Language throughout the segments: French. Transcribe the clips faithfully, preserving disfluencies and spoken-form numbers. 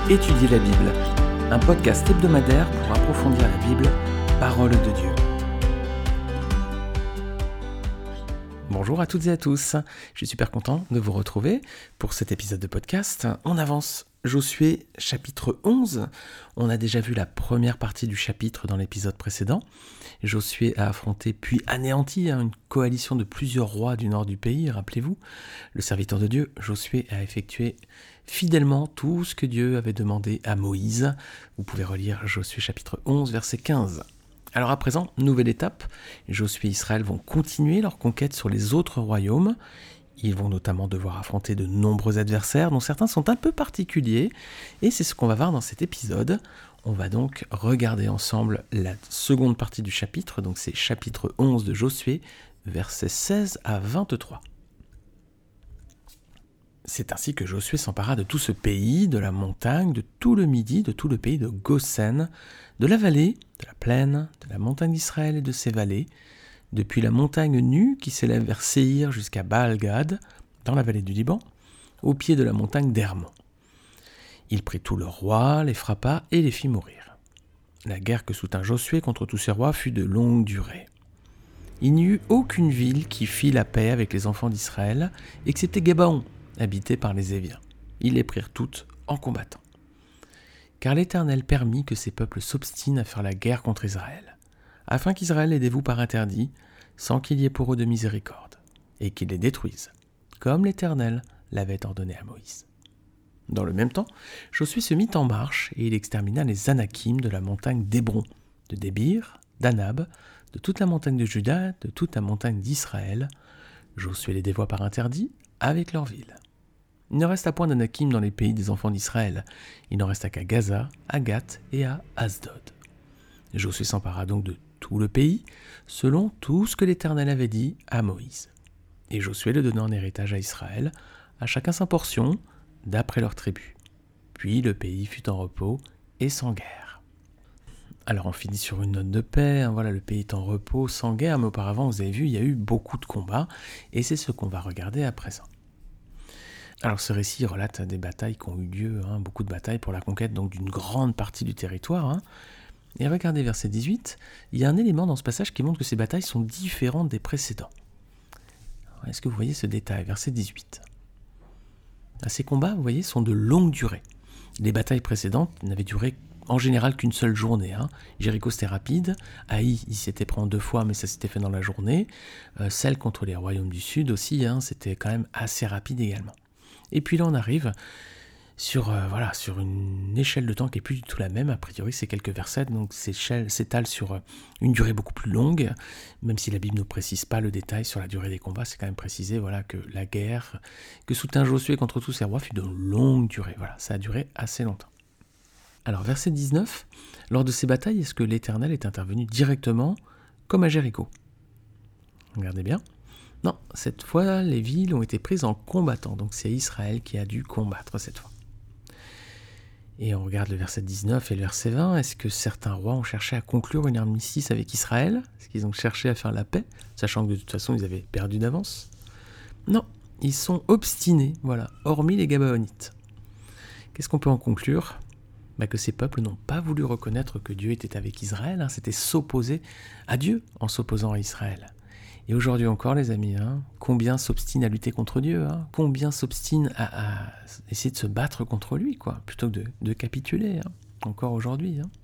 Étudier la Bible, un podcast hebdomadaire pour approfondir la Bible, parole de Dieu. Bonjour à toutes et à tous, je suis super content de vous retrouver pour cet épisode de podcast. On avance, Josué chapitre onze, on a déjà vu la première partie du chapitre dans l'épisode précédent. Josué a affronté puis anéanti hein, une coalition de plusieurs rois du nord du pays, rappelez-vous. Le serviteur de Dieu, Josué, a effectué fidèlement tout ce que Dieu avait demandé à Moïse. Vous pouvez relire Josué chapitre onze, verset quinze. Alors à présent, nouvelle étape, Josué et Israël vont continuer leur conquête sur les autres royaumes. Ils vont notamment devoir affronter de nombreux adversaires, dont certains sont un peu particuliers, et c'est ce qu'on va voir dans cet épisode. On va donc regarder ensemble la seconde partie du chapitre, donc c'est chapitre onze de Josué, versets seize à vingt-trois. C'est ainsi que Josué s'empara de tout ce pays, de la montagne, de tout le Midi, de tout le pays de Goshen, de la vallée, de la plaine, de la montagne d'Israël et de ses vallées, depuis la montagne nue qui s'élève vers Séhir jusqu'à Baal-Gad, dans la vallée du Liban, au pied de la montagne d'Hermon. Il prit tout le roi, les frappa et les fit mourir. La guerre que soutint Josué contre tous ces rois fut de longue durée. Il n'y eut aucune ville qui fit la paix avec les enfants d'Israël, excepté Gabaon, habité par les Éviens. Ils les prirent toutes en combattant. Car l'Éternel permit que ces peuples s'obstinent à faire la guerre contre Israël, afin qu'Israël les dévoue par interdit, sans qu'il y ait pour eux de miséricorde, et qu'il les détruise, comme l'Éternel l'avait ordonné à Moïse. Dans le même temps, Josué se mit en marche, et il extermina les Anakim de la montagne d'Hébron, de Débir, d'Anab, de toute la montagne de Juda, de toute la montagne d'Israël. Josué les dévoua par interdit, avec leurs villes. Il ne resta point d'Anakim dans les pays des enfants d'Israël. Il n'en resta qu'à Gaza, à Gath et à Asdod. Josué s'empara donc de tout le pays, selon tout ce que l'Éternel avait dit à Moïse. Et Josué le donna en héritage à Israël, à chacun sa portion, d'après leurs tribus. Puis le pays fut en repos et sans guerre. Alors on finit sur une note de paix, hein, voilà, le pays est en repos, sans guerre, mais auparavant, vous avez vu, il y a eu beaucoup de combats, et c'est ce qu'on va regarder à présent. Alors ce récit relate des batailles qui ont eu lieu, hein, beaucoup de batailles pour la conquête donc, d'une grande partie du territoire. Hein. Et regardez verset dix-huit, il y a un élément dans ce passage qui montre que ces batailles sont différentes des précédents. Alors, est-ce que vous voyez ce détail, verset dix-huit? Ces combats, vous voyez, sont de longue durée. Les batailles précédentes n'avaient duré en général qu'une seule journée. Hein. Jéricho, c'était rapide. Haï, il s'était pris en deux fois, mais ça s'était fait dans la journée. Euh, celle contre les royaumes du Sud aussi, hein, c'était quand même assez rapide également. Et puis là, on arrive sur, euh, voilà, sur une échelle de temps qui n'est plus du tout la même. A priori, c'est quelques versets, donc cette échelle s'étale sur euh, une durée beaucoup plus longue. Même si la Bible ne précise pas le détail sur la durée des combats, c'est quand même précisé voilà, que la guerre que soutint Josué contre tous ces rois fut de longue durée. Voilà, ça a duré assez longtemps. Alors, verset dix-neuf, lors de ces batailles, est-ce que l'Éternel est intervenu directement comme à Jéricho? Regardez bien. Non, cette fois, les villes ont été prises en combattant, donc c'est Israël qui a dû combattre cette fois. Et on regarde le verset dix-neuf et le verset vingt, est-ce que certains rois ont cherché à conclure une armistice avec Israël? Est-ce qu'ils ont cherché à faire la paix, sachant que de toute façon, ils avaient perdu d'avance? Non, ils sont obstinés, voilà, hormis les Gabaonites. Qu'est-ce qu'on peut en conclure? Bah que ces peuples n'ont pas voulu reconnaître que Dieu était avec Israël, hein, c'était s'opposer à Dieu en s'opposant à Israël. Et aujourd'hui encore, les amis, hein, combien s'obstinent à lutter contre Dieu, hein, combien s'obstinent à, à essayer de se battre contre lui, quoi, plutôt que de, de capituler, hein, encore aujourd'hui. Hein.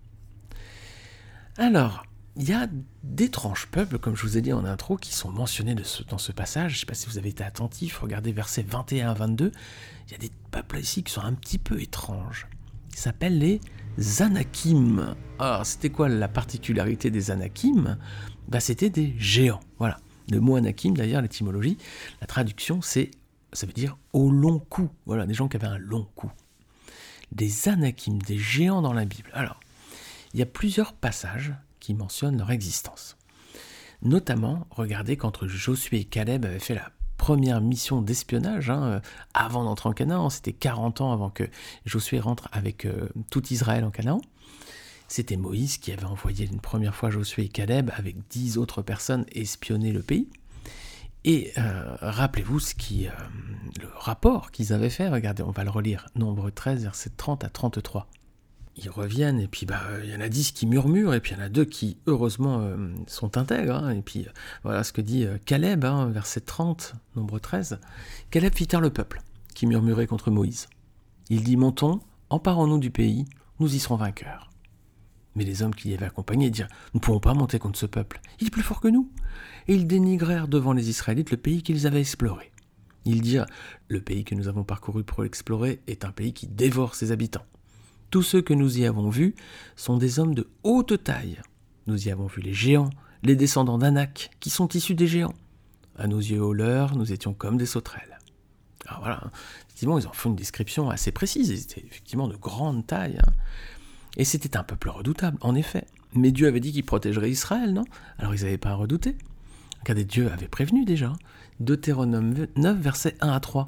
Alors, il y a d'étranges peuples, comme je vous ai dit en intro, qui sont mentionnés de ce, dans ce passage. Je ne sais pas si vous avez été attentifs, regardez versets vingt et un à vingt-deux. Il y a des peuples ici qui sont un petit peu étranges. Ils s'appellent les Anakim. Alors, c'était quoi la particularité des Anakim? Bah, c'était des géants, voilà. Le mot Anakim, d'ailleurs, l'étymologie, la traduction, c'est, ça veut dire au long cou. Voilà, des gens qui avaient un long cou. Des Anakim, des géants dans la Bible. Alors, il y a plusieurs passages qui mentionnent leur existence. Notamment, regardez quand Josué et Caleb avaient fait la première mission d'espionnage, hein, avant d'entrer en Canaan, c'était quarante ans avant que Josué rentre avec euh, tout Israël en Canaan. C'était Moïse qui avait envoyé une première fois Josué et Caleb avec dix autres personnes espionner le pays. Et euh, rappelez-vous ce qui, euh, le rapport qu'ils avaient fait. Regardez, on va le relire. Nombre treize, versets trente à trente-trois. Ils reviennent, et puis bah, il y en a dix qui murmurent, et puis il y en a deux qui, heureusement, euh, sont intègres. Hein, et puis euh, voilà ce que dit euh, Caleb, hein, verset trente, nombre treize. Caleb fit taire le peuple, qui murmurait contre Moïse. Il dit, montons, emparons-nous du pays, nous y serons vainqueurs. Mais les hommes qui y avaient accompagné dirent, nous ne pouvons pas monter contre ce peuple, il est plus fort que nous. Et ils dénigrèrent devant les Israélites le pays qu'ils avaient exploré. Ils dirent, le pays que nous avons parcouru pour l'explorer est un pays qui dévore ses habitants. Tous ceux que nous y avons vus sont des hommes de haute taille. Nous y avons vu les géants, les descendants d'Anak, qui sont issus des géants. À nos yeux au leur, nous étions comme des sauterelles. Alors voilà, hein. Effectivement, ils en font une description assez précise. Ils étaient effectivement de grande taille. Hein. Et c'était un peuple redoutable, en effet. Mais Dieu avait dit qu'il protégerait Israël, non ? Alors ils n'avaient pas à redouter. Regardez, Dieu avait prévenu déjà. Deutéronome neuf, versets un à trois.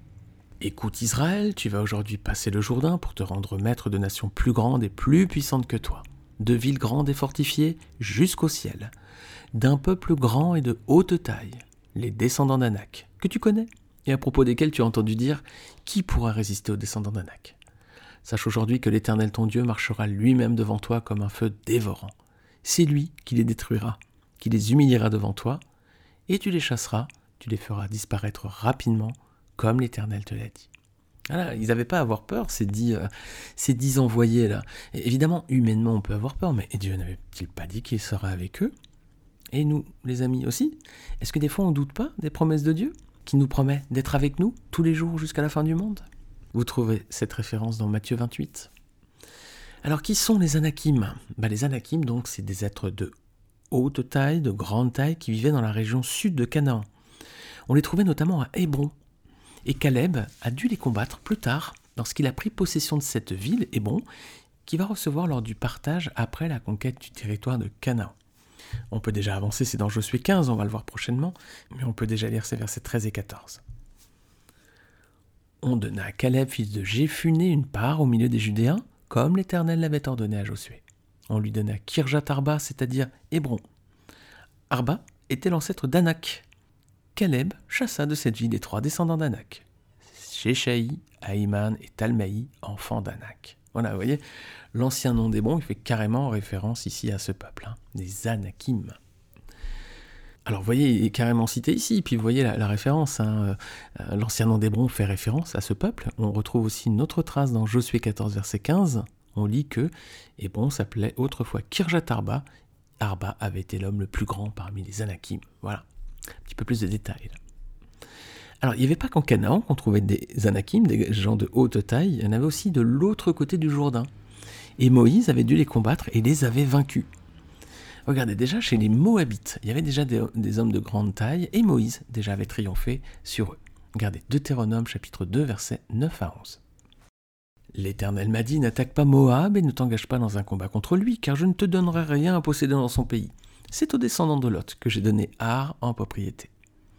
Écoute Israël, tu vas aujourd'hui passer le Jourdain pour te rendre maître de nations plus grandes et plus puissantes que toi, de villes grandes et fortifiées jusqu'au ciel, d'un peuple grand et de haute taille, les descendants d'Anak, que tu connais, et à propos desquels tu as entendu dire « Qui pourra résister aux descendants d'Anak ?» Sache aujourd'hui que l'Éternel ton Dieu marchera lui-même devant toi comme un feu dévorant. C'est lui qui les détruira, qui les humiliera devant toi, et tu les chasseras, tu les feras disparaître rapidement, comme l'Éternel te l'a dit. Voilà, ils n'avaient pas à avoir peur, ces dix, euh, ces dix envoyés-là. Et évidemment, humainement, on peut avoir peur, mais Dieu n'avait-il pas dit qu'il serait avec eux ? Et nous, les amis aussi ? Est-ce que des fois, on ne doute pas des promesses de Dieu, qui nous promet d'être avec nous tous les jours jusqu'à la fin du monde ? Vous trouvez cette référence dans Matthieu vingt-huit. Alors, qui sont les Anakim ? bah, Les Anakim, donc, c'est des êtres de haute taille, de grande taille, qui vivaient dans la région sud de Canaan. On les trouvait notamment à Hébron. Et Caleb a dû les combattre plus tard, lorsqu'il a pris possession de cette ville, Hébron, qu'il va recevoir lors du partage après la conquête du territoire de Canaan. On peut déjà avancer, c'est dans Josué quinze, on va le voir prochainement, mais on peut déjà lire ces versets treize et quatorze. On donna à Caleb, fils de Jéphuné, une part au milieu des Judéens, comme l'Éternel l'avait ordonné à Josué. On lui donna Kirjat Arba, c'est-à-dire Hébron. Arba était l'ancêtre d'Anak. Caleb chassa de cette ville les trois descendants d'Anak, Sheshaï, Ahiman et Talmaï, enfants d'Anak. Voilà, vous voyez, l'ancien nom d'Hébron, il fait carrément référence ici à ce peuple, hein, les Anakim. Alors vous voyez, il est carrément cité ici, puis vous voyez la, la référence, hein, euh, l'ancien nom d'Hébron fait référence à ce peuple. On retrouve aussi une autre trace dans Josué quatorze, verset quinze, on lit que Hébron s'appelait autrefois Kirjat Arba, Arba avait été l'homme le plus grand parmi les Anakim, voilà. Un petit peu plus de détails. Là. Alors, il n'y avait pas qu'en Canaan qu'on trouvait des Anakim, des gens de haute taille, il y en avait aussi de l'autre côté du Jourdain. Et Moïse avait dû les combattre et les avait vaincus. Regardez, déjà chez les Moabites, il y avait déjà des, des hommes de grande taille et Moïse déjà avait triomphé sur eux. Regardez, Deutéronome chapitre deux, versets neuf à onze. L'Éternel m'a dit, n'attaque pas Moab et ne t'engage pas dans un combat contre lui, car je ne te donnerai rien à posséder dans son pays. C'est aux descendants de Lot que j'ai donné Ar en propriété.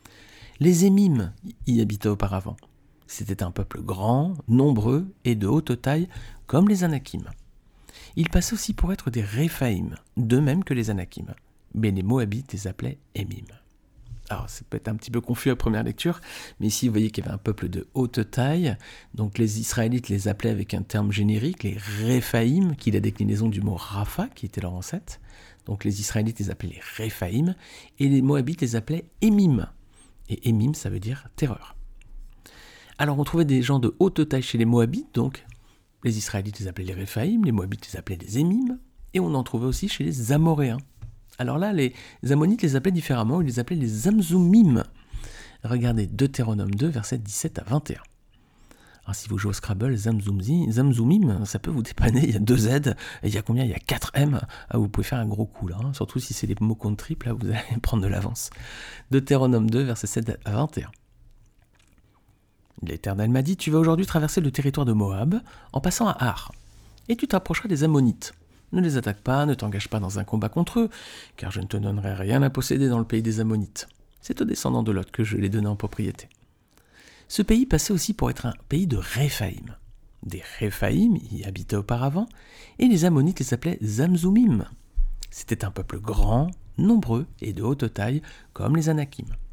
Les Émim y habitaient auparavant. C'était un peuple grand, nombreux et de haute taille, comme les Anakim. Ils passaient aussi pour être des Réphaïm, de même que les Anakim. Mais les Moabites les appelaient Émim. Alors, ça peut être un petit peu confus à première lecture, mais ici, vous voyez qu'il y avait un peuple de haute taille. Donc, les Israélites les appelaient avec un terme générique, les Réphaïm, qui est la déclinaison du mot Rapha, qui était leur ancêtre. Donc les Israélites les appelaient les Réphaïm, et les Moabites les appelaient Émim. Et Émim, ça veut dire terreur. Alors on trouvait des gens de haute taille chez les Moabites, donc les Israélites les appelaient les Réphaïm, les Moabites les appelaient les Émim, et on en trouvait aussi chez les Amoréens. Alors là, les Ammonites les appelaient différemment, ils les appelaient les Zamzoumim. Regardez Deutéronome deux, versets dix-sept à vingt et un. Alors, si vous jouez au Scrabble, Zamzoumim, ça peut vous dépanner, il y a deux Z, et il y a combien ? Il y a quatre M, ah, vous pouvez faire un gros coup là, hein. Surtout si c'est des mots compte triple, là vous allez prendre de l'avance. Deutéronome deux, versets sept à vingt et un. L'Éternel m'a dit, tu vas aujourd'hui traverser le territoire de Moab, en passant à Ar, et tu t'approcheras des Ammonites. Ne les attaque pas, ne t'engage pas dans un combat contre eux, car je ne te donnerai rien à posséder dans le pays des Ammonites. C'est aux descendants de Lot que je les donnais en propriété. Ce pays passait aussi pour être un pays de Réphaïm. Des Réphaïm y habitaient auparavant, et les Ammonites les appelaient Zamzoumim. C'était un peuple grand, nombreux et de haute taille, comme les Anakim.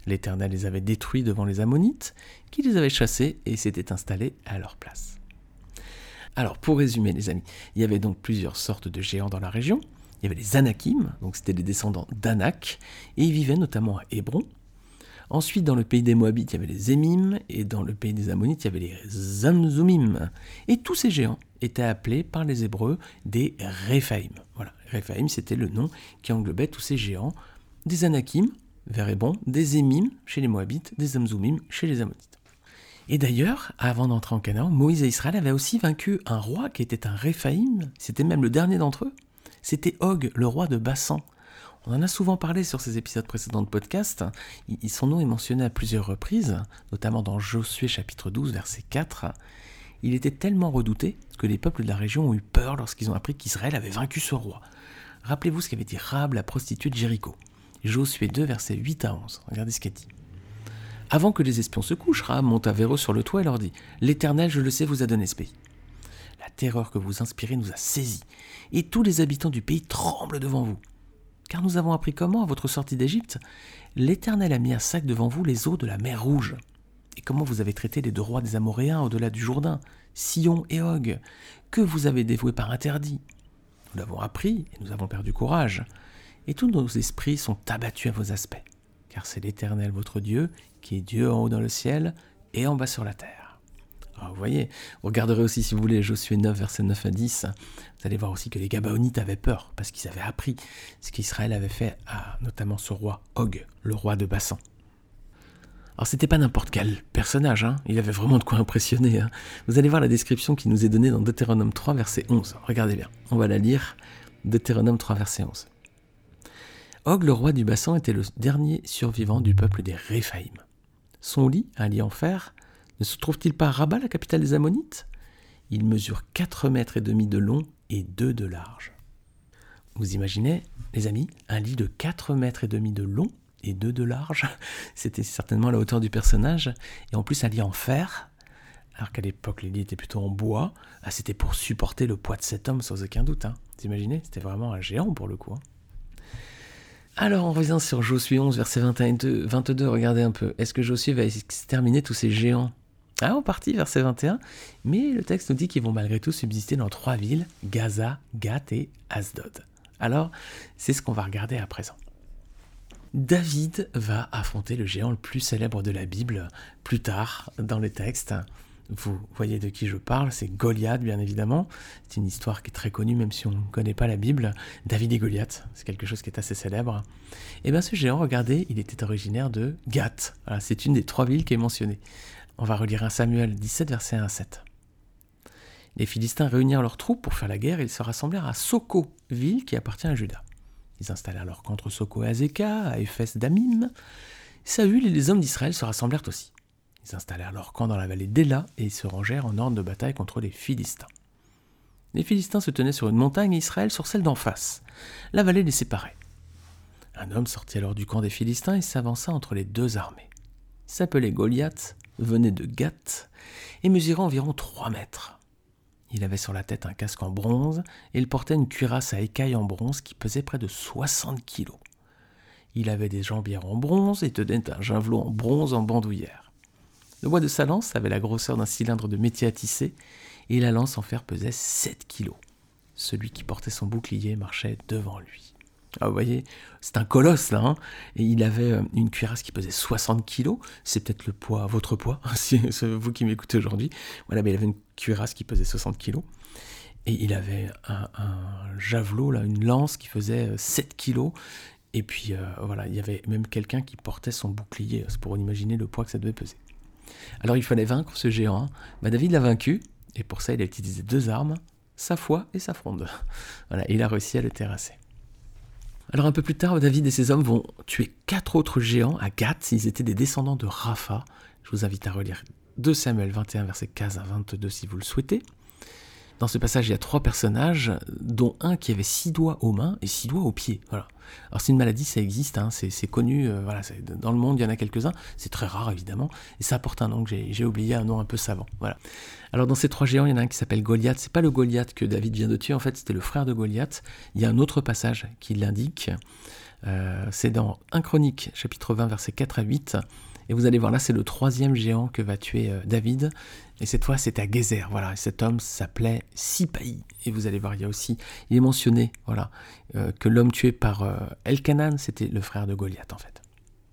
L'Éternel les avait détruits devant les Ammonites, qui les avaient chassés et s'étaient installés à leur place. Alors, pour résumer, les amis, il y avait donc plusieurs sortes de géants dans la région. Il y avait les Anakim, donc c'était les descendants d'Anak, et ils vivaient notamment à Hébron. Ensuite, dans le pays des Moabites, il y avait les Émim, et dans le pays des Ammonites, il y avait les Zamzoumim. Et tous ces géants étaient appelés par les Hébreux des Réphaïm. Voilà, Réphaïm, c'était le nom qui englobait tous ces géants, des Anakim, vers Hébron, des Émim chez les Moabites, des Zamzoumim chez les Ammonites. Et d'ailleurs, avant d'entrer en Canaan, Moïse et Israël avaient aussi vaincu un roi qui était un Réphaïm, c'était même le dernier d'entre eux, c'était Og, le roi de Bassan. On en a souvent parlé sur ces épisodes précédents de podcast. Son nom est mentionné à plusieurs reprises, notamment dans Josué chapitre douze, verset quatre. Il était tellement redouté que les peuples de la région ont eu peur lorsqu'ils ont appris qu'Israël avait vaincu ce roi. Rappelez-vous ce qu'avait dit Rahab, la prostituée de Jéricho. Josué deux, versets huit à onze. Regardez ce qu'elle dit. Avant que les espions se couchent, Rahab monta vers eux sur le toit et leur dit « L'Éternel, je le sais, vous a donné ce pays. La terreur que vous inspirez nous a saisis, et tous les habitants du pays tremblent devant vous. Car nous avons appris comment, à votre sortie d'Égypte, l'Éternel a mis à sac devant vous les eaux de la mer Rouge, et comment vous avez traité les deux rois des Amoréens au-delà du Jourdain, Sion et Og, que vous avez dévoués par interdit. Nous l'avons appris, et nous avons perdu courage, et tous nos esprits sont abattus à vos aspects, car c'est l'Éternel votre Dieu, qui est Dieu en haut dans le ciel et en bas sur la terre. » Alors vous voyez, vous regarderez aussi si vous voulez Josué neuf, versets neuf à dix, vous allez voir aussi que les Gabaonites avaient peur, parce qu'ils avaient appris ce qu'Israël avait fait à notamment ce roi Og, le roi de Bassan. Alors c'était pas n'importe quel personnage, hein. Il avait vraiment de quoi impressionner. Hein. Vous allez voir la description qui nous est donnée dans Deutéronome trois, verset onze. Regardez bien, on va la lire, Deutéronome trois, verset onze. Og, le roi du Bassan, était le dernier survivant du peuple des Réphaïm. Son lit, un lit en fer, ne se trouve-t-il pas à Rabat, la capitale des Ammonites ? Il mesure quatre mètres et demi de long et deux de large. Vous imaginez, les amis, un lit de quatre mètres et demi de long et deux de large ? C'était certainement la hauteur du personnage, et en plus un lit en fer, alors qu'à l'époque les lits étaient plutôt en bois. Ah, c'était pour supporter le poids de cet homme sans aucun doute. Hein. Vous imaginez, c'était vraiment un géant pour le coup. Hein. Alors, on revient sur Josué onze, versets vingt et un et vingt-deux, regardez un peu. Est-ce que Josué va exterminer tous ces géants ? Ah, en partie, verset vingt et un, mais le texte nous dit qu'ils vont malgré tout subsister dans trois villes, Gaza, Gath et Asdod. Alors, c'est ce qu'on va regarder à présent. David va affronter le géant le plus célèbre de la Bible plus tard dans le texte. Vous voyez de qui je parle, c'est Goliath, bien évidemment. C'est une histoire qui est très connue, même si on ne connaît pas la Bible. David et Goliath, c'est quelque chose qui est assez célèbre. Et bien ce géant, regardez, il était originaire de Gath. Voilà, c'est une des trois villes qui est mentionnée. On va relire un Samuel dix-sept, verset un à sept. Les Philistins réunirent leurs troupes pour faire la guerre et ils se rassemblèrent à Soko, ville qui appartient à Juda. Ils installèrent leur camp entre Soko et Azéka, à Éphès d'Amim. Saül et les hommes d'Israël se rassemblèrent aussi. Ils installèrent leur camp dans la vallée d'Éla et ils se rangèrent en ordre de bataille contre les Philistins. Les Philistins se tenaient sur une montagne et Israël sur celle d'en face. La vallée les séparait. Un homme sortit alors du camp des Philistins et s'avança entre les deux armées. Il s'appelait Goliath, venait de Gath et mesurait environ trois mètres. Il avait sur la tête un casque en bronze et il portait une cuirasse à écailles en bronze qui pesait près de soixante kilos. Il avait des jambières en bronze et tenait un javelot en bronze en bandoulière. Le bois de sa lance avait la grosseur d'un cylindre de métier à tisser et la lance en fer pesait sept kilos. Celui qui portait son bouclier marchait devant lui. Ah, vous voyez, c'est un colosse là, hein, et il avait une cuirasse qui pesait soixante kilos, c'est peut-être le poids, votre poids, si c'est vous qui m'écoutez aujourd'hui. Voilà, mais il avait une cuirasse qui pesait soixante kilos, et il avait un, un javelot, là, une lance qui faisait sept kilos, et puis euh, voilà, il y avait même quelqu'un qui portait son bouclier, c'est pour imaginer le poids que ça devait peser. Alors il fallait vaincre ce géant, hein. Bah, David l'a vaincu, et pour ça il a utilisé deux armes, sa foi et sa fronde. Voilà, il a réussi à le terrasser. Alors un peu plus tard, David et ses hommes vont tuer quatre autres géants à Gath. Ils étaient des descendants de Rapha. Je vous invite à relire deux Samuel vingt et un, versets quinze à vingt-deux si vous le souhaitez. Dans ce passage, il y a trois personnages, dont un qui avait six doigts aux mains et six doigts aux pieds. Voilà. Alors c'est une maladie, ça existe, hein, c'est, c'est connu, euh, voilà, c'est, dans le monde il y en a quelques-uns, c'est très rare évidemment, et ça porte un nom que j'ai, j'ai oublié, un nom un peu savant. Voilà. Alors dans ces trois géants, il y en a un qui s'appelle Goliath, c'est pas le Goliath que David vient de tuer, en fait c'était le frère de Goliath. Il y a un autre passage qui l'indique, Euh, c'est dans un Chronique, chapitre vingt, versets quatre à huit. Et vous allez voir, là, c'est le troisième géant que va tuer euh, David. Et cette fois, c'est à Gézer. Voilà, et cet homme s'appelait Sipaï. Et vous allez voir, il y a aussi, il est mentionné, voilà, euh, que l'homme tué par euh, Elkanan, c'était le frère de Goliath, en fait.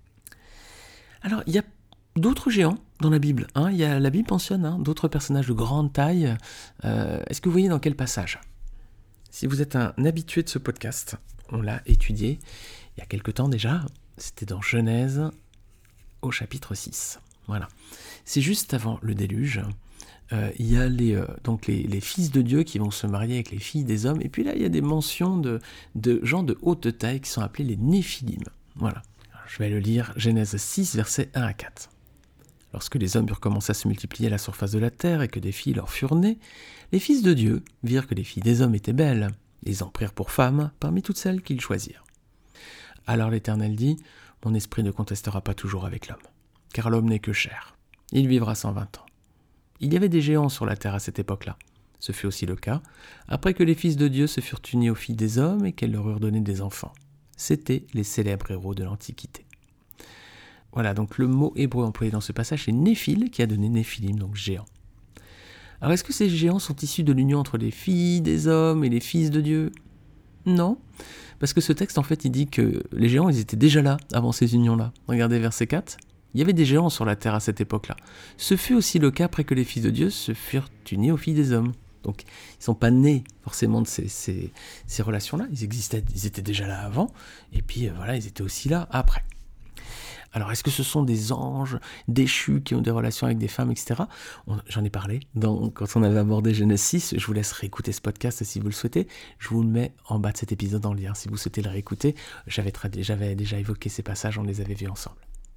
Alors, il y a d'autres géants dans la Bible. Hein. Il y a, la Bible mentionne hein, d'autres personnages de grande taille. Euh, est-ce que vous voyez dans quel passage ? Si vous êtes un habitué de ce podcast, on l'a étudié il y a quelque temps déjà. C'était dans Genèse au chapitre six. Voilà. C'est juste avant le déluge. Euh, il y a les, euh, donc les, les fils de Dieu qui vont se marier avec les filles des hommes. Et puis là, il y a des mentions de, de gens de haute taille qui sont appelés les Néphilim. Voilà. Alors, je vais le lire. Genèse six, versets un à quatre. Lorsque les hommes eurent commencé à se multiplier à la surface de la terre et que des filles leur furent nées, les fils de Dieu virent que les filles des hommes étaient belles. Ils en prirent pour femmes parmi toutes celles qu'ils choisirent. Alors l'Éternel dit, « Mon esprit ne contestera pas toujours avec l'homme, car l'homme n'est que chair. Il vivra cent vingt ans. » Il y avait des géants sur la terre à cette époque-là. Ce fut aussi le cas, après que les fils de Dieu se furent unis aux filles des hommes et qu'elles leur eurent donné des enfants. C'étaient les célèbres héros de l'Antiquité. Voilà, donc le mot hébreu employé dans ce passage, c'est Néphil, qui a donné Néphilim, donc géant. Alors, est-ce que ces géants sont issus de l'union entre les filles des hommes et les fils de Dieu ? Non, parce que ce texte, en fait, il dit que les géants, ils étaient déjà là, avant ces unions-là. Regardez verset quatre. Il y avait des géants sur la terre à cette époque-là. Ce fut aussi le cas après que les fils de Dieu se furent unis aux filles des hommes. Donc, ils ne sont pas nés forcément de ces, ces, ces relations-là. Ils existaient, ils étaient déjà là avant, et puis voilà, ils étaient aussi là après. Alors, est-ce que ce sont des anges déchus qui ont des relations avec des femmes, et cetera. On, J'en ai parlé dans, quand on avait abordé Genèse six. Je vous laisse réécouter ce podcast si vous le souhaitez. Je vous le mets en bas de cet épisode en lien si vous souhaitez le réécouter. J'avais, trad- j'avais déjà évoqué ces passages, on les avait vus ensemble.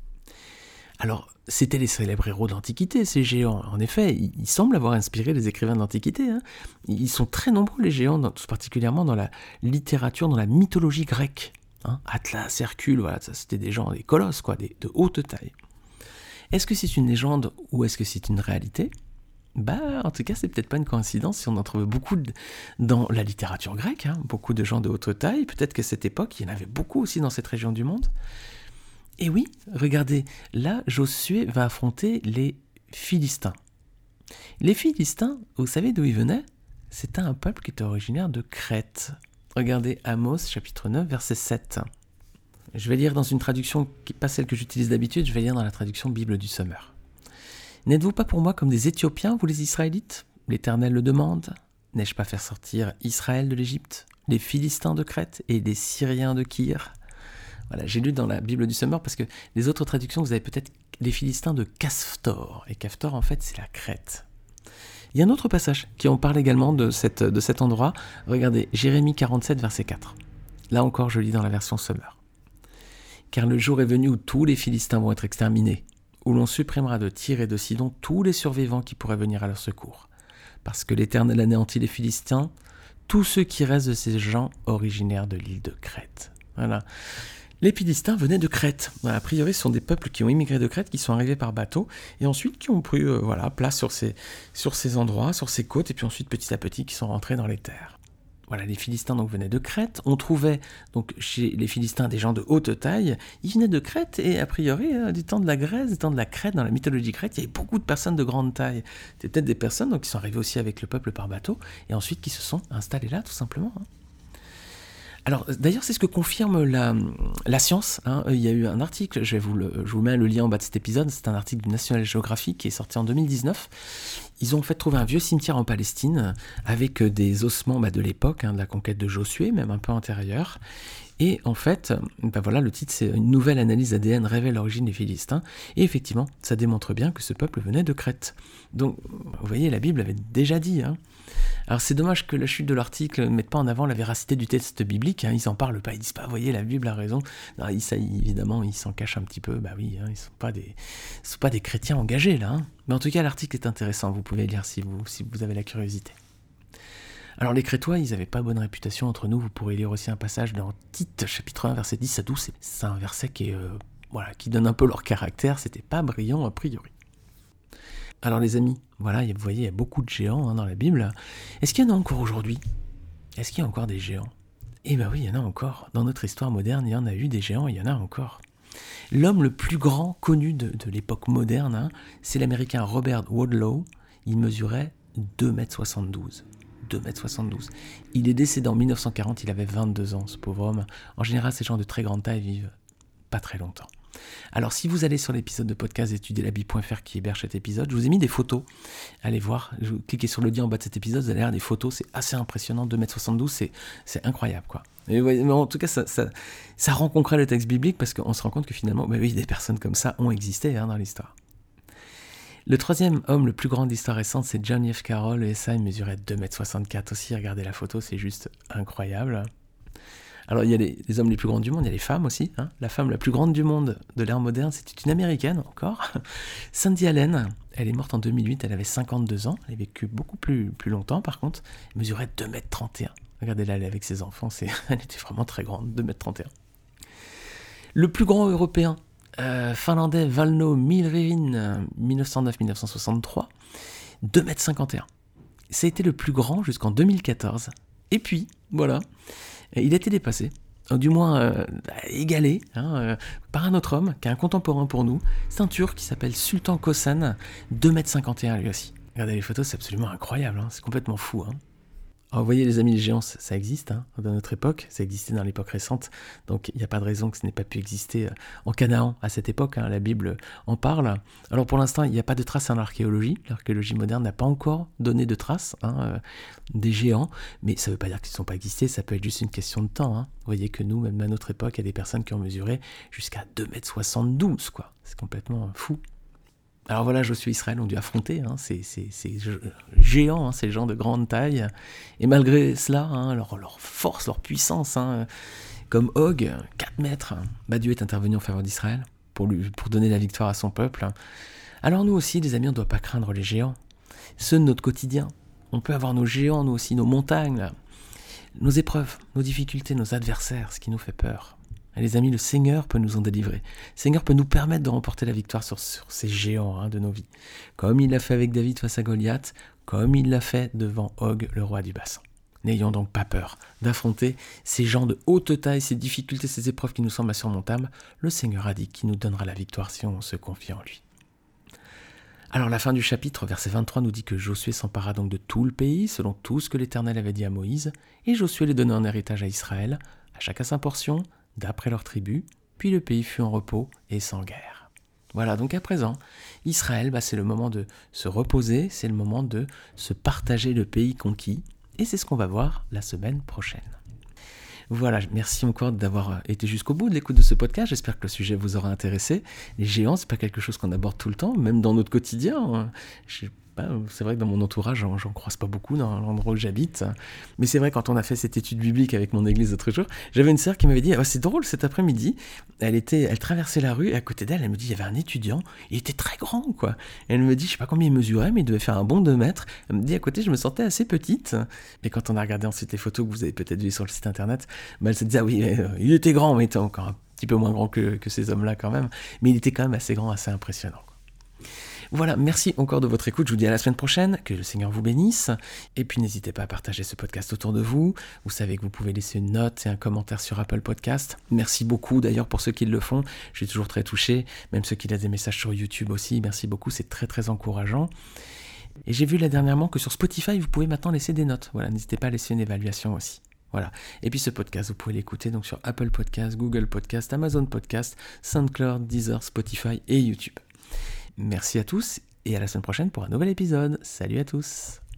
Alors, c'était les célèbres héros de l'Antiquité, ces géants. En effet, ils, ils semblent avoir inspiré les écrivains de l'Antiquité. Hein. Ils sont très nombreux, les géants, dans, tout particulièrement dans la littérature, dans la mythologie grecque. Hein, Atlas, Hercule, voilà, ça, c'était des gens, des colosses, quoi, des, de haute taille. Est-ce que c'est une légende ou est-ce que c'est une réalité ? Bah, en tout cas, c'est peut-être pas une coïncidence si on en trouve beaucoup de, dans la littérature grecque, hein, beaucoup de gens de haute taille. Peut-être qu'à cette époque, il y en avait beaucoup aussi dans cette région du monde. Et oui, regardez, là, Josué va affronter les Philistins. Les Philistins, vous savez d'où ils venaient ? C'était un peuple qui était originaire de Crète. Regardez Amos, chapitre neuf, verset sept. Je vais lire dans une traduction qui n'est pas celle que j'utilise d'habitude, je vais lire dans la traduction Bible du Sommeur. « N'êtes-vous pas pour moi comme des Éthiopiens, vous les Israélites ? L'Éternel le demande. N'ai-je pas fait sortir Israël de l'Égypte, les Philistins de Crète et les Syriens de Kyr ?» Voilà, j'ai lu dans la Bible du Sommeur parce que les autres traductions, vous avez peut-être les Philistins de Castor. Et Castor, en fait, c'est la Crète. Il y a un autre passage qui en parle également de, cette, de cet endroit. Regardez, Jérémie quarante-sept, verset quatre. Là encore, je lis dans la version Sommeur. « Car le jour est venu où tous les Philistins vont être exterminés, où l'on supprimera de Tyr et de Sidon tous les survivants qui pourraient venir à leur secours. Parce que l'Éternel anéantit les Philistins, tous ceux qui restent de ces gens originaires de l'île de Crète. » Voilà. Les Philistins venaient de Crète. A priori, ce sont des peuples qui ont immigré de Crète, qui sont arrivés par bateau, et ensuite qui ont pris euh, voilà, place sur ces, sur ces endroits, sur ces côtes, et puis ensuite, petit à petit, qui sont rentrés dans les terres. Voilà, les Philistins donc venaient de Crète. On trouvait donc chez les Philistins des gens de haute taille. Ils venaient de Crète, et a priori, euh, du temps de la Grèce, du temps de la Crète, dans la mythologie grecque, il y avait beaucoup de personnes de grande taille. C'était peut-être des personnes donc, qui sont arrivées aussi avec le peuple par bateau, et ensuite qui se sont installées là, tout simplement. Hein. Alors, d'ailleurs, c'est ce que confirme la, la science. Hein. Il y a eu un article, je, vais vous le, je vous mets le lien en bas de cet épisode, c'est un article du National Geographic qui est sorti en deux mille dix-neuf. Ils ont en fait trouvé un vieux cimetière en Palestine avec des ossements bah, de l'époque, hein, de la conquête de Josué, même un peu antérieure. Et en fait, ben voilà, le titre c'est « Une nouvelle analyse A D N révèle l'origine des Philistins ». Et effectivement, ça démontre bien que ce peuple venait de Crète. Donc, vous voyez, la Bible avait déjà dit. Hein. Alors c'est dommage que la chute de l'article ne mette pas en avant la véracité du texte biblique. Hein. Ils n'en parlent pas, ils disent pas « Vous voyez, la Bible a raison ». Non, ils, ça, évidemment, ils s'en cachent un petit peu. Bah oui, hein, ils ne sont pas des, sont pas des chrétiens engagés là. Hein. Mais en tout cas, l'article est intéressant. Vous pouvez lire si vous, si vous avez la curiosité. Alors les Crétois, ils n'avaient pas bonne réputation entre nous. Vous pourrez lire aussi un passage dans Tite, chapitre un, verset dix à douze. C'est un verset qui, est, euh, voilà, qui donne un peu leur caractère. C'était pas brillant a priori. Alors les amis, voilà, vous voyez, il y a beaucoup de géants hein, dans la Bible. Est-ce qu'il y en a encore aujourd'hui ? Est-ce qu'il y a encore des géants ? Et ben oui, il y en a encore. Dans notre histoire moderne, il y en a eu des géants, il y en a encore. L'homme le plus grand connu de, de l'époque moderne, hein, c'est l'américain Robert Wadlow. Il mesurait deux mètres soixante-douze. deux mètres soixante-douze. Il est décédé en dix-neuf cent quarante, il avait vingt-deux ans, ce pauvre homme. En général, ces gens de très grande taille vivent pas très longtemps. Alors, si vous allez sur l'épisode de podcast étudier la bible point f r qui héberge cet épisode, je vous ai mis des photos. Allez voir, cliquez sur le lien en bas de cet épisode, vous allez voir des photos, c'est assez impressionnant, deux mètres soixante-douze, c'est, c'est incroyable, quoi. Mais, ouais, mais en tout cas, ça, ça, ça rend concret le texte biblique parce qu'on se rend compte que finalement, bah oui, des personnes comme ça ont existé hein, dans l'histoire. Le troisième homme le plus grand d'histoire récente, c'est John F. Carroll, et ça, il mesurait deux mètres soixante-quatre aussi. Regardez la photo, c'est juste incroyable. Alors, il y a les, les hommes les plus grands du monde, il y a les femmes aussi. Hein. La femme la plus grande du monde de l'ère moderne, c'est une américaine encore. Sandy Allen, elle est morte en deux mille huit, elle avait cinquante-deux ans. Elle a vécu beaucoup plus, plus longtemps, par contre. Elle mesurait deux mètres trente et un. Regardez-la, elle est avec ses enfants, c'est, elle était vraiment très grande, deux mètres trente et un. Le plus grand européen, euh, finlandais Valno Milririn, mille neuf cent neuf à mille neuf cent soixante-trois, deux mètres cinquante et un. Ça a été le plus grand jusqu'en deux mille quatorze. Et puis, voilà, il a été dépassé, du moins euh, égalé, hein, euh, par un autre homme qui est un contemporain pour nous. C'est un Turc qui s'appelle Sultan Kösen, deux mètres cinquante et un lui aussi. Regardez les photos, c'est absolument incroyable, hein, c'est complètement fou. Hein. Alors, vous voyez les amis, les géants, ça existe hein, dans notre époque, ça existait dans l'époque récente, donc il n'y a pas de raison que ce n'ait pas pu exister en Canaan à cette époque, hein, la Bible en parle. Alors pour l'instant, il n'y a pas de traces en archéologie, l'archéologie moderne n'a pas encore donné de traces hein, euh, des géants, mais ça ne veut pas dire qu'ils ne sont pas existés, ça peut être juste une question de temps. Hein. Vous voyez que nous, même à notre époque, il y a des personnes qui ont mesuré jusqu'à deux mètres soixante-douze, quoi. C'est complètement fou. Alors voilà, Josué et Israël ont dû affronter hein, ces, ces, ces géants, hein, ces gens de grande taille, et malgré cela, hein, leur, leur force, leur puissance, hein, comme Og, quatre mètres, hein, bah Dieu est intervenu en faveur d'Israël pour, lui, pour donner la victoire à son peuple. Alors nous aussi, les amis, on ne doit pas craindre les géants, ceux de notre quotidien. On peut avoir nos géants, nous aussi, nos montagnes, là, nos épreuves, nos difficultés, nos adversaires, ce qui nous fait peur. Et les amis, le Seigneur peut nous en délivrer. Le Seigneur peut nous permettre de remporter la victoire sur, sur ces géants hein, de nos vies. Comme il l'a fait avec David face à Goliath, comme il l'a fait devant Og, le roi du bassin. N'ayons donc pas peur d'affronter ces gens de haute taille, ces difficultés, ces épreuves qui nous semblent insurmontables. Le Seigneur a dit qu'il nous donnera la victoire si on se confie en lui. Alors la fin du chapitre, verset vingt-trois, nous dit que Josué s'empara donc de tout le pays, selon tout ce que l'Éternel avait dit à Moïse, et Josué les donna en héritage à Israël, à chacun sa portion, d'après leur tribu, puis le pays fut en repos et sans guerre. Voilà, donc à présent, Israël, bah, c'est le moment de se reposer, c'est le moment de se partager le pays conquis, et c'est ce qu'on va voir la semaine prochaine. Voilà, merci encore d'avoir été jusqu'au bout de l'écoute de ce podcast, j'espère que le sujet vous aura intéressé. Les géants, c'est pas quelque chose qu'on aborde tout le temps, même dans notre quotidien. Je C'est vrai que dans mon entourage, j'en, j'en croise pas beaucoup dans l'endroit où j'habite. Mais c'est vrai, quand on a fait cette étude biblique avec mon église l'autre jour, j'avais une sœur qui m'avait dit ah, « c'est drôle, cet après-midi, elle, était, elle traversait la rue et à côté d'elle, elle me dit « il y avait un étudiant, il était très grand, quoi. » Et elle me dit « je sais pas combien il mesurait, mais il devait faire un bon deux mètres. » Elle me dit « à côté, je me sentais assez petite. » Et quand on a regardé ensuite les photos que vous avez peut-être vues sur le site internet, bah, elle se disait « ah oui, euh, il était grand, mais il était encore un petit peu moins grand que, que ces hommes-là quand même. » Mais il était quand même assez grand, assez impressionnant. Voilà, merci encore de votre écoute, je vous dis à la semaine prochaine, que le Seigneur vous bénisse, et puis n'hésitez pas à partager ce podcast autour de vous, vous savez que vous pouvez laisser une note et un commentaire sur Apple Podcast, merci beaucoup d'ailleurs pour ceux qui le font, je suis toujours très touché, même ceux qui laissent des messages sur YouTube aussi, merci beaucoup, c'est très très encourageant. Et j'ai vu là dernièrement que sur Spotify, vous pouvez maintenant laisser des notes, voilà, n'hésitez pas à laisser une évaluation aussi. Voilà. Et puis ce podcast, vous pouvez l'écouter donc sur Apple Podcast, Google Podcast, Amazon Podcast, SoundCloud, Deezer, Spotify et YouTube. Merci à tous et à la semaine prochaine pour un nouvel épisode. Salut à tous.